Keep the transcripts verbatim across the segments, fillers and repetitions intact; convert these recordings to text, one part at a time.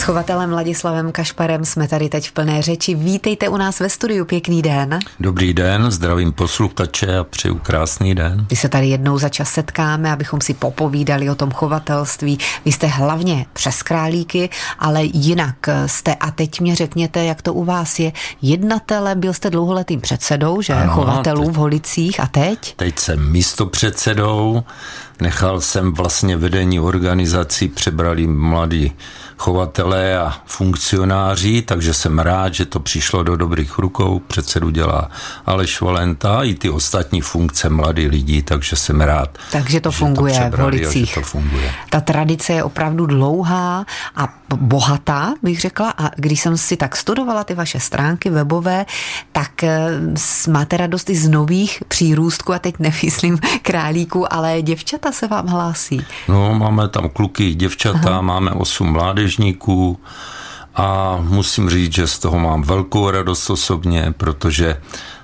chovatelem Ladislavem Kašparem jsme tady teď v plné řeči. Vítejte u nás ve studiu, pěkný den. Dobrý den, zdravím posluchače a přeju krásný den. My se tady jednou za čas setkáme, abychom si popovídali o tom chovatelství. Vy jste hlavně přes králíky, ale jinak jste, a teď mě řekněte, jak to u vás je, jednatele, byl jste dlouholetým předsedou, že, ano, chovatelů teď, v Holicích, a teď? Teď jsem místopředsedou, nechal jsem vlastně vedení organizací, přebrali mladí chovatelé a funkcionáři, takže jsem rád, že to přišlo do dobrých rukou. Předsedu dělá Aleš Valenta i ty ostatní funkce mladí lidí, takže jsem rád. Takže to funguje to v Holicích. To funguje. Ta tradice je opravdu dlouhá a bohatá, bych řekla, a když jsem si tak studovala ty vaše stránky webové, tak máte radost i z nových přírůstků, a teď nemyslím králíků, ale děvčata se vám hlásí. No, máme tam kluky, děvčata, Aha. máme osm mládežníků a musím říct, že z toho mám velkou radost osobně, protože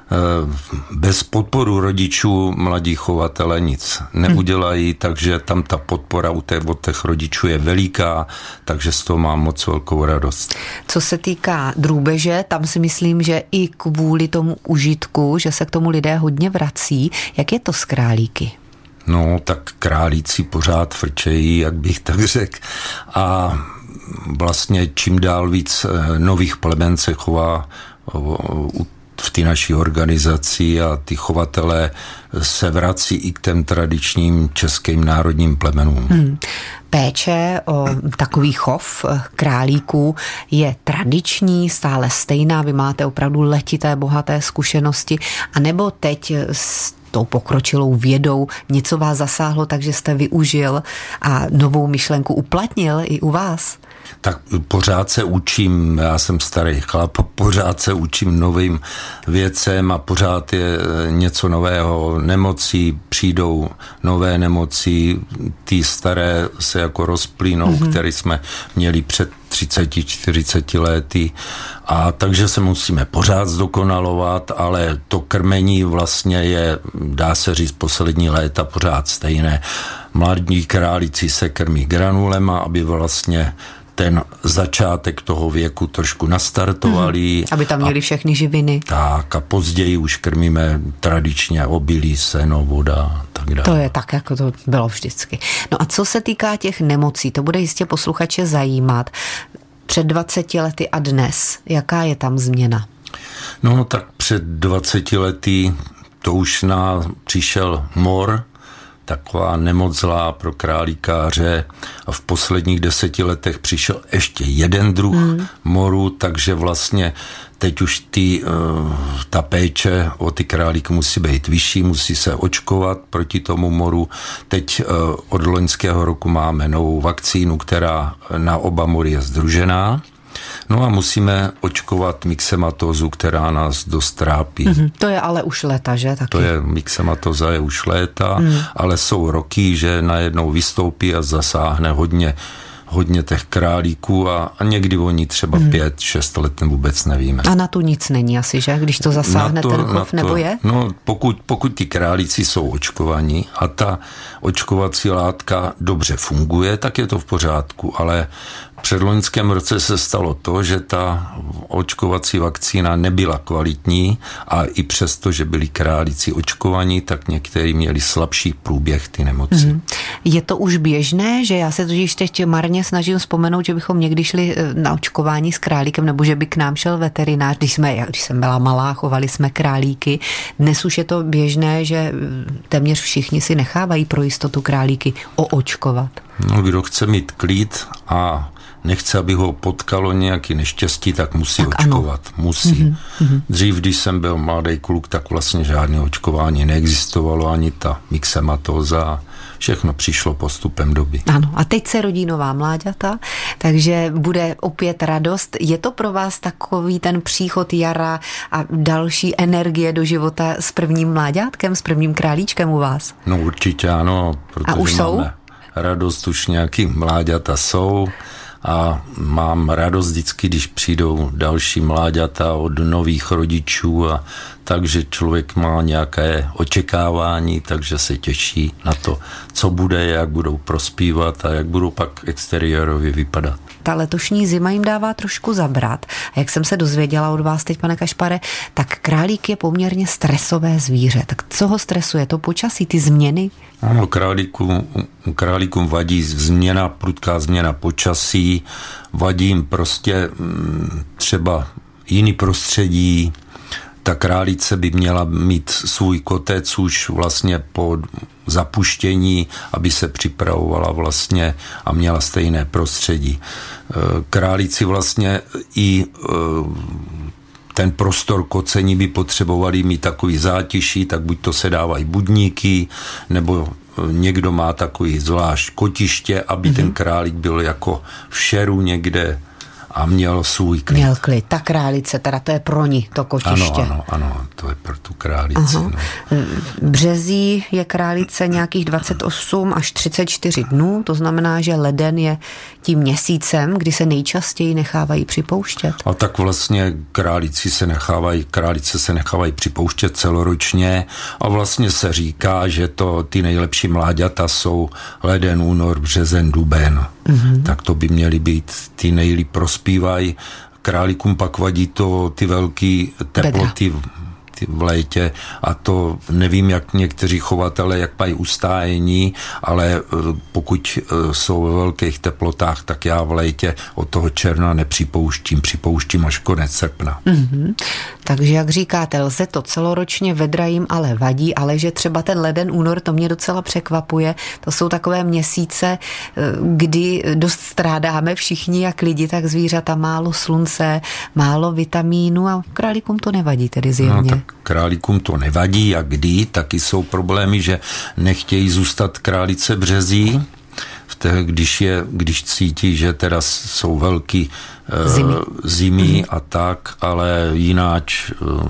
bez podporu rodičů mladí chovatele nic neudělají, hmm. takže tam ta podpora u těch, od těch rodičů je veliká, takže z toho mám moc velkou radost. Co se týká drůbeže, tam si myslím, že i kvůli tomu užitku, že se k tomu lidé hodně vrací. Jak je to s králíky? No, tak králíci pořád frčejí, jak bych tak řekl, a vlastně čím dál víc nových plemen se chová v té naší organizaci a ty chovatelé se vrací i k těm tradičním českým národním plemenům. Hmm. Péče o takový chov králíků je tradiční, stále stejná, vy máte opravdu letité, bohaté zkušenosti, anebo teď s tou pokročilou vědou něco vás zasáhlo, takže jste využil a novou myšlenku uplatnil i u vás? Tak pořád se učím, já jsem starý chlap, pořád se učím novým věcem a pořád je něco nového. Nemocí přijdou nové nemoci, ty staré se jako rozplynou, mm-hmm. které jsme měli před třicet čtyřicet lety, a takže se musíme pořád zdokonalovat, ale to krmení vlastně je, dá se říct, poslední léta pořád stejné. Mladí králíci se krmí granulema, aby vlastně ten začátek toho věku trošku nastartovali. Hmm, aby tam měli a, všechny živiny. Tak, a později už krmíme tradičně obilí, seno, voda, tak dále. To je tak, jako to bylo vždycky. No a co se týká těch nemocí, to bude jistě posluchače zajímat. Před dvaceti lety a dnes, jaká je tam změna? No tak před dvaceti lety to už na, přišel mor, taková nemoc zlá pro králíkáře, a v posledních deseti letech přišel ještě jeden druh mm. moru, takže vlastně teď už ty, ta péče o ty králíky musí být vyšší, musí se očkovat proti tomu moru. Teď od loňského roku máme novou vakcínu, která na oba mory je sdružená. No a musíme očkovat myxematózu, která nás dost trápí. Mm-hmm. To je ale už léta, že? Taky. To je, myxematóza je už léta, mm. ale jsou roky, že najednou vystoupí a zasáhne hodně, hodně těch králíků a, a někdy oni třeba mm. pět, šest let vůbec nevíme. A na to nic není asi, že? Když to zasáhne to, ten chov, nebo je? No, pokud, pokud ty králíci jsou očkovaní a ta očkovací látka dobře funguje, tak je to v pořádku, ale v předloňském roce se stalo to, že ta očkovací vakcína nebyla kvalitní, a i přesto, že byli králíci očkovaní, tak někteří měli slabší průběh ty nemoci. Mm. Je to už běžné, že já se totiž teď marně snažím vzpomenout, že bychom někdy šli na očkování s králíkem, nebo že by k nám šel veterinář, když, jsme, když jsem byla malá, chovali jsme králíky. Dnes už je to běžné, že téměř všichni si nechávají pro jistotu králíky oočkovat. No, kdo chce mít klid a nechce, aby ho potkalo nějaký neštěstí, tak musí tak očkovat. Ano. Musí. Mm-hmm. Dřív, když jsem byl mladý kluk, tak vlastně žádné očkování neexistovalo, ani ta myxematóza. Všechno přišlo postupem doby. Ano, a teď se rodí nová mláďata, takže bude opět radost. Je to pro vás takový ten příchod jara a další energie do života s prvním mláďátkem, s prvním králíčkem u vás? No určitě ano, protože a už máme jsou? radost, už nějaký mláďata jsou. A mám radost vždycky, když přijdou další mláďata od nových rodičů, a takže člověk má nějaké očekávání, takže se těší na to, co bude, jak budou prospívat a jak budou pak exteriérově vypadat. ta letošní zima jim dává trošku zabrat. A jak jsem se dozvěděla od vás teď, pane Kašpare, tak králík je poměrně stresové zvíře. Tak co ho stresuje? To počasí, ty změny? Ano, králíkům, králíkům vadí změna, prudká změna počasí, vadí jim prostě třeba jiný prostředí. Ta králice by měla mít svůj kotec už vlastně po zapuštění, aby se připravovala vlastně a měla stejné prostředí. Králíci vlastně i ten prostor kocení by potřebovali mít takový zátiší, tak buď to se dávají budníky, nebo někdo má takový zvlášť kotiště, aby mm-hmm. ten králík byl jako v šeru někde a měl svůj klid. Měl klid. Ta králice, teda to je pro ní, to kotiště. Ano, ano, ano, to je pro tu králici. No. Březí je králice nějakých dvacet osm až třicet čtyři dnů, to znamená, že leden je tím měsícem, kdy se nejčastěji nechávají připouštět. A tak vlastně králíci se nechávají, králice se nechávají připouštět celoročně a vlastně se říká, že to ty nejlepší mláďata jsou leden, únor, březen, duben. Mm-hmm. Tak to by měly být ty nejlíp prospívají. Králíkům pak vadí to ty velký teploty v, v létě a to nevím, jak někteří chovatelé, jak mají ustájení, ale pokud jsou ve velkých teplotách, tak já v létě od toho června nepřipouštím, připouštím až konec srpna. Mm-hmm. Takže jak říkáte, lze to celoročně, vedra jim ale vadí, ale že třeba ten leden, únor, to mě docela překvapuje. To jsou takové měsíce, kdy dost strádáme všichni, jak lidi, tak zvířata, málo slunce, málo vitamínu a králíkům to nevadí tedy zjevně. No, tak králíkům to nevadí a kdy, taky jsou problémy, že nechtějí zůstat králice březí, když, je, když cítí, že teda jsou velký zimy, uh, zimy mm. a tak, ale jináč uh,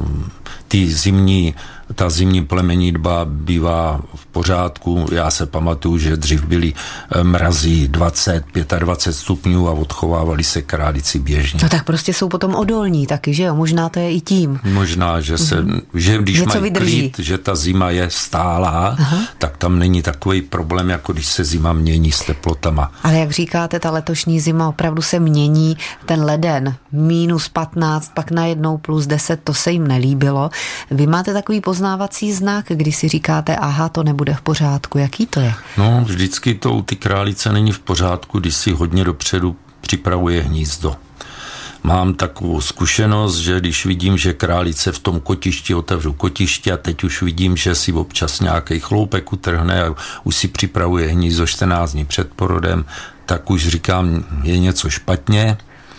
ty zimní, ta zimní plemenitba bývá v pořádku. Já se pamatuju, že dřív byly mrazy dvacet, dvacet pět stupňů a odchovávali se králici běžně. No tak prostě jsou potom odolní taky, že jo? Možná to je i tím. Možná, že se, mm. že když Něco mají vydrží. klid, že ta zima je stálá, aha, tak tam není takový problém, jako když se zima mění s teplotama. Ale jak říkáte, ta letošní zima opravdu se mění. Ten leden minus patnáct, pak najednou plus deset, to se jim nelíbilo. Vy máte takový poznávací znak, když si říkáte, aha, to nebude v pořádku. Jaký to je? No, vždycky to u ty králice není v pořádku, když si hodně dopředu připravuje hnízdo. Mám takovou zkušenost, že když vidím, že králice v tom kotišti, otevřu kotiště a teď už vidím, že si občas nějaký chloupek utrhne a už si připravuje hnízdo čtrnáct dní před porodem, tak už říkám, je něco špatně.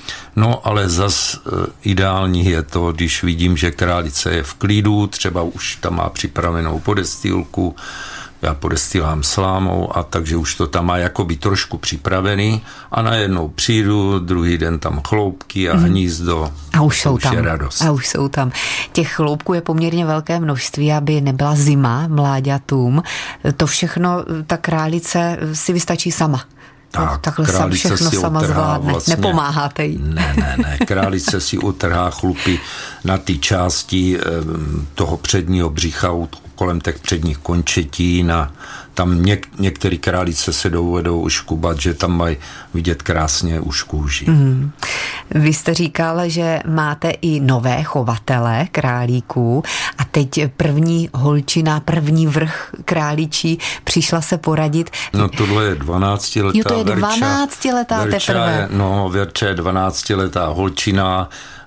No, ale zas ideální je to, když vidím, že králice je v klidu, třeba už tam má připravenou podestýlku, já podestýlám slámou a takže už to tam má jakoby trošku připravený a najednou přijdu, druhý den tam chloupky a hnízdo. A už jsou už tam. Je radost. A už jsou tam. Těch chloupků je poměrně velké množství, aby nebyla zima mláďatům. To všechno ta králice si vystačí sama. Tak, takhle sam všechno sama zvládne. Vlastně, nepomáháte jí. Ne, ne, ne. Králice si utrhá chlupy na ty části toho předního břicha, kolem těch předních končetín a tam něk, některé králice se dovedou uškubat, že tam mají vidět krásně už kůži. Mm. Vy jste říkal, že máte i nové chovatele králíků a teď první holčina, první vrch králíčí přišla se poradit. No tohle je dvanáctiletá Jo, to je dvanáctiletá teprve. Je, no, Verča je dvanáctiletá holčina,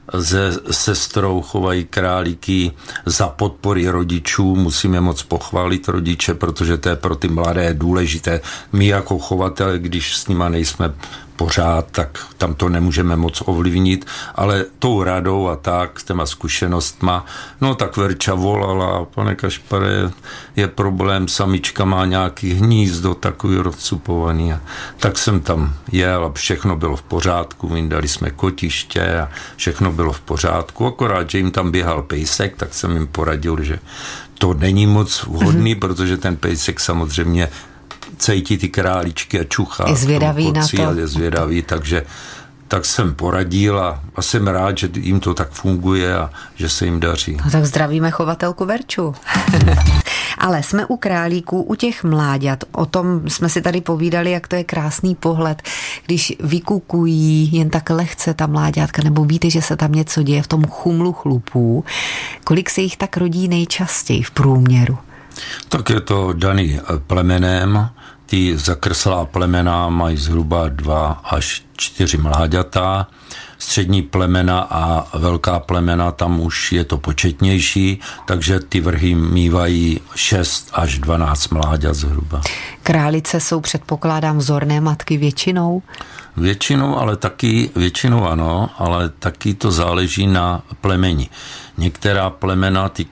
se sestrou chovají králíky za podpory rodičů. Musíme moc pochválit rodiče, protože to je pro ty mladé důležité. My jako chovatelé, když s nima nejsme pořád, tak tam to nemůžeme moc ovlivnit, ale tou radou a tak, s těma zkušenostma, no tak Verča volala, pane Kašpare, je problém, samička má nějaký hnízdo, takový rozcupovaný. Tak jsem tam jel a všechno bylo v pořádku, vyndali jsme kotiště a všechno bylo v pořádku, akorát, že jim tam běhal pejsek, tak jsem jim poradil, že to není moc vhodný, mm-hmm. protože ten pejsek samozřejmě cejtí ty králíčky a čuchá. Je zvědavý na to. Je zvědavý, takže tak jsem poradil a, a jsem rád, že jim to tak funguje a že se jim daří. No tak zdravíme chovatelku Verču. Ale jsme u králíků, u těch mláďat. O tom jsme si tady povídali, jak to je krásný pohled, když vykukují jen tak lehce ta mláďátka, nebo víte, že se tam něco děje v tom chumlu chlupů. Kolik se jich tak rodí nejčastěji v průměru? Tak je to daný plemenem. Ty zakrslá plemena mají zhruba dva až čtyři mláďata. Střední plemena a velká plemena, tam už je to početnější, takže ty vrhy mívají šest až dvanáct mláďat zhruba. Králice jsou, předpokládám, vzorné matky většinou? Většinou, ale taky, většinou ano, ale taky to záleží na plemeni. Některá plemena, ty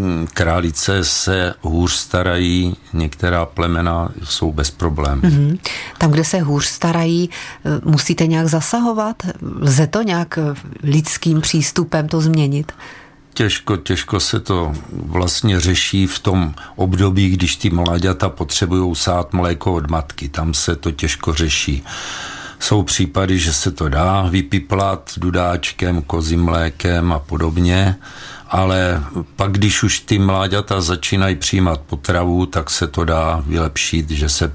králice se hůř starají, některá plemena jsou bez problémů. Mm-hmm. Tam, kde se hůř starají, musíte nějak zasahovat? Lze to nějak lidským přístupem to změnit? Těžko, těžko se to vlastně řeší v tom období, když ty mláďata potřebují sát mléko od matky. Tam se to těžko řeší. Jsou případy, že se to dá vypiplat dudáčkem, kozím mlékem a podobně, ale pak, když už ty mláďata začínají přijímat potravu, tak se to dá vylepšit, že se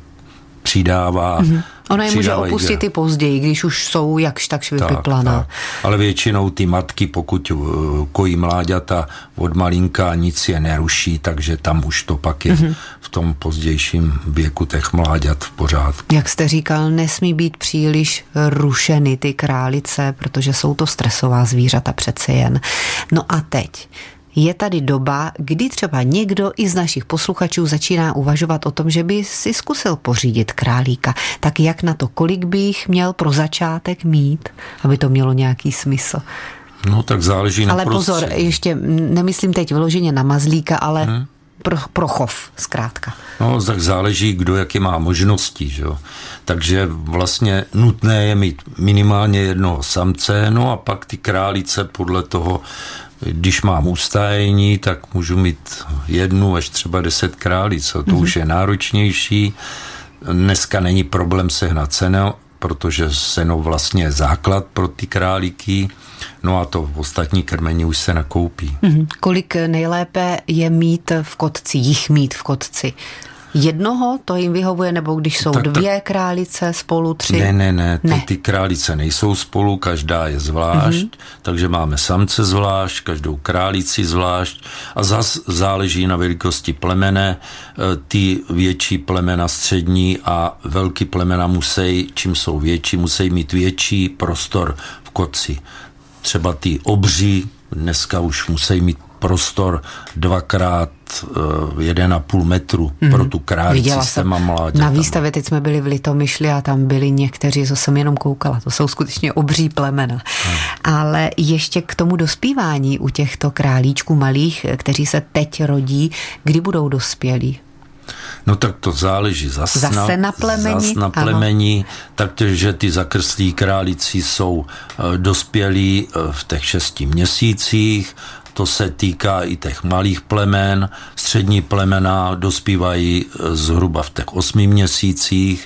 přidává. Mm-hmm. Ono je může opustit i později, když už jsou jakž takž vypiplaná. Tak, tak. Ale většinou ty matky, pokud kojí mláďata od malinka, nic je neruší, takže tam už to pak je mm-hmm. v tom pozdějším věku těch mláďat v pořádku. Jak jste říkal, nesmí být příliš rušeny ty králice, protože jsou to stresová zvířata přece jen. No a teď je tady doba, kdy třeba někdo i z našich posluchačů začíná uvažovat o tom, že by si zkusil pořídit králíka. Tak jak na to, kolik by jich měl pro začátek mít, aby to mělo nějaký smysl? No tak záleží na ale prostředí. Ale pozor, ještě nemyslím teď vyloženě na mazlíka, ale hmm. pro, pro chov zkrátka. No tak záleží, kdo jaké má možnosti, že jo. Takže vlastně nutné je mít minimálně jednoho samce, no a pak ty králice podle toho. Když mám ustájení, tak můžu mít jednu až třeba deset králic. To mm-hmm. už je náročnější. Dneska není problém sehnat seno, protože seno vlastně je základ pro ty králíky. No a to ostatní krmení už se nakoupí. Mm-hmm. Kolik nejlépe je mít v kotci, jich mít v kotci? Jednoho to jim vyhovuje, nebo když jsou tak, dvě tak, králice spolu, tři? Ne, ne, ne, ne. Ty, ty králice nejsou spolu, každá je zvlášť, mm-hmm. takže máme samce zvlášť, každou králici zvlášť a zas záleží na velikosti plemene. Ty větší plemena, střední a velký plemena musí, čím jsou větší, musí mít větší prostor v kotci. Třeba ty obří dneska už musí mít prostor dvakrát jeden a půl metru mm. pro tu králici s těma mláďatama. Na výstavě teď jsme byli v Litomyšli a tam byli někteří, co jsem jenom koukala. To jsou skutečně obří plemena. Mm. Ale ještě k tomu dospívání u těchto králíčků malých, kteří se teď rodí, kdy budou dospělí? No tak to záleží zas, zase na plemeni. Zas na plemeni, takže ty zakrslí králíci jsou dospělí v těch šesti měsících. To se týká i těch malých plemen. Střední plemena dospívají zhruba v těch osmi měsících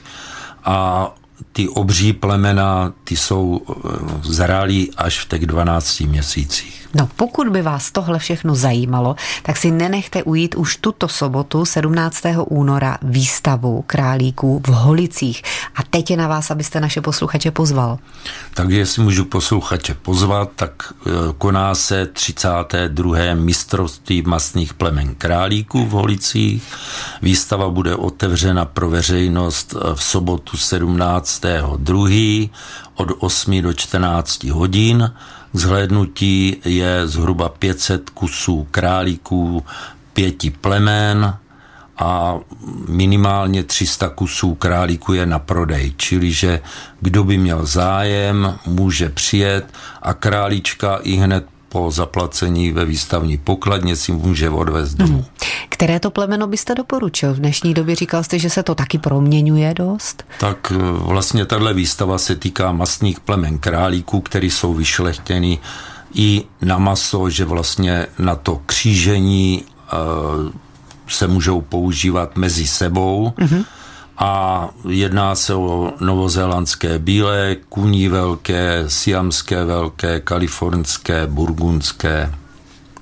a ty obří plemena, ty jsou zralí až v těch dvanácti měsících. No pokud by vás tohle všechno zajímalo, tak si nenechte ujít už tuto sobotu sedmnáctého února výstavu králíků v Holicích. A teď je na vás, abyste naše posluchače pozval. Tak jestli můžu posluchače pozvat, tak koná se třicáté druhé mistrovství mastných plemen králíků v Holicích. Výstava bude otevřena pro veřejnost v sobotu sedmnáctého druhého od osmi do čtrnácti hodin. K zhlédnutí je zhruba pět set kusů králíků pěti plemen a minimálně tři sta kusů králíků je na prodej. Čili, že kdo by měl zájem, může přijet a králíčka i hned po zaplacení ve výstavní pokladně si může odvést domů. Hmm. Které to plemeno byste doporučil? V dnešní době říkal jste, že se to taky proměňuje dost? Tak vlastně tahle výstava se týká mastných plemen králíků, které jsou vyšlechtěny i na maso, že vlastně na to křížení uh, se můžou používat mezi sebou. Mm-hmm. A jedná se o novozélandské bílé, kůní velké, siamské velké, kalifornské, burgundské.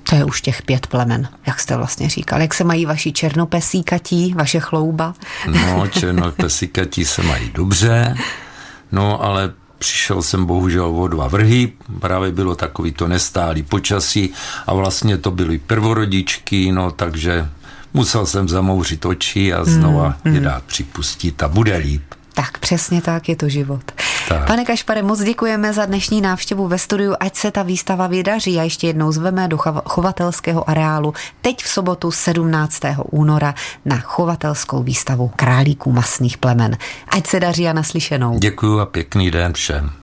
To je už těch pět plemen, jak jste vlastně říkal. Jak se mají vaši černopesíkatí, vaše chlouba? No, černopesíkatí se mají dobře, no ale přišel jsem bohužel o dva vrhy, právě bylo takový to nestálý počasí a vlastně to byly prvorodičky, no takže musel jsem zamouřit oči a znova mm, je dát připustit a bude líp. Tak přesně tak, je to život. Tak. Pane Kašpare, moc děkujeme za dnešní návštěvu ve studiu, ať se ta výstava vydaří a ještě jednou zveme do chovatelského areálu teď v sobotu sedmnáctého února na chovatelskou výstavu králíků masných plemen. Ať se daří a naslyšenou. Děkuju a pěkný den všem.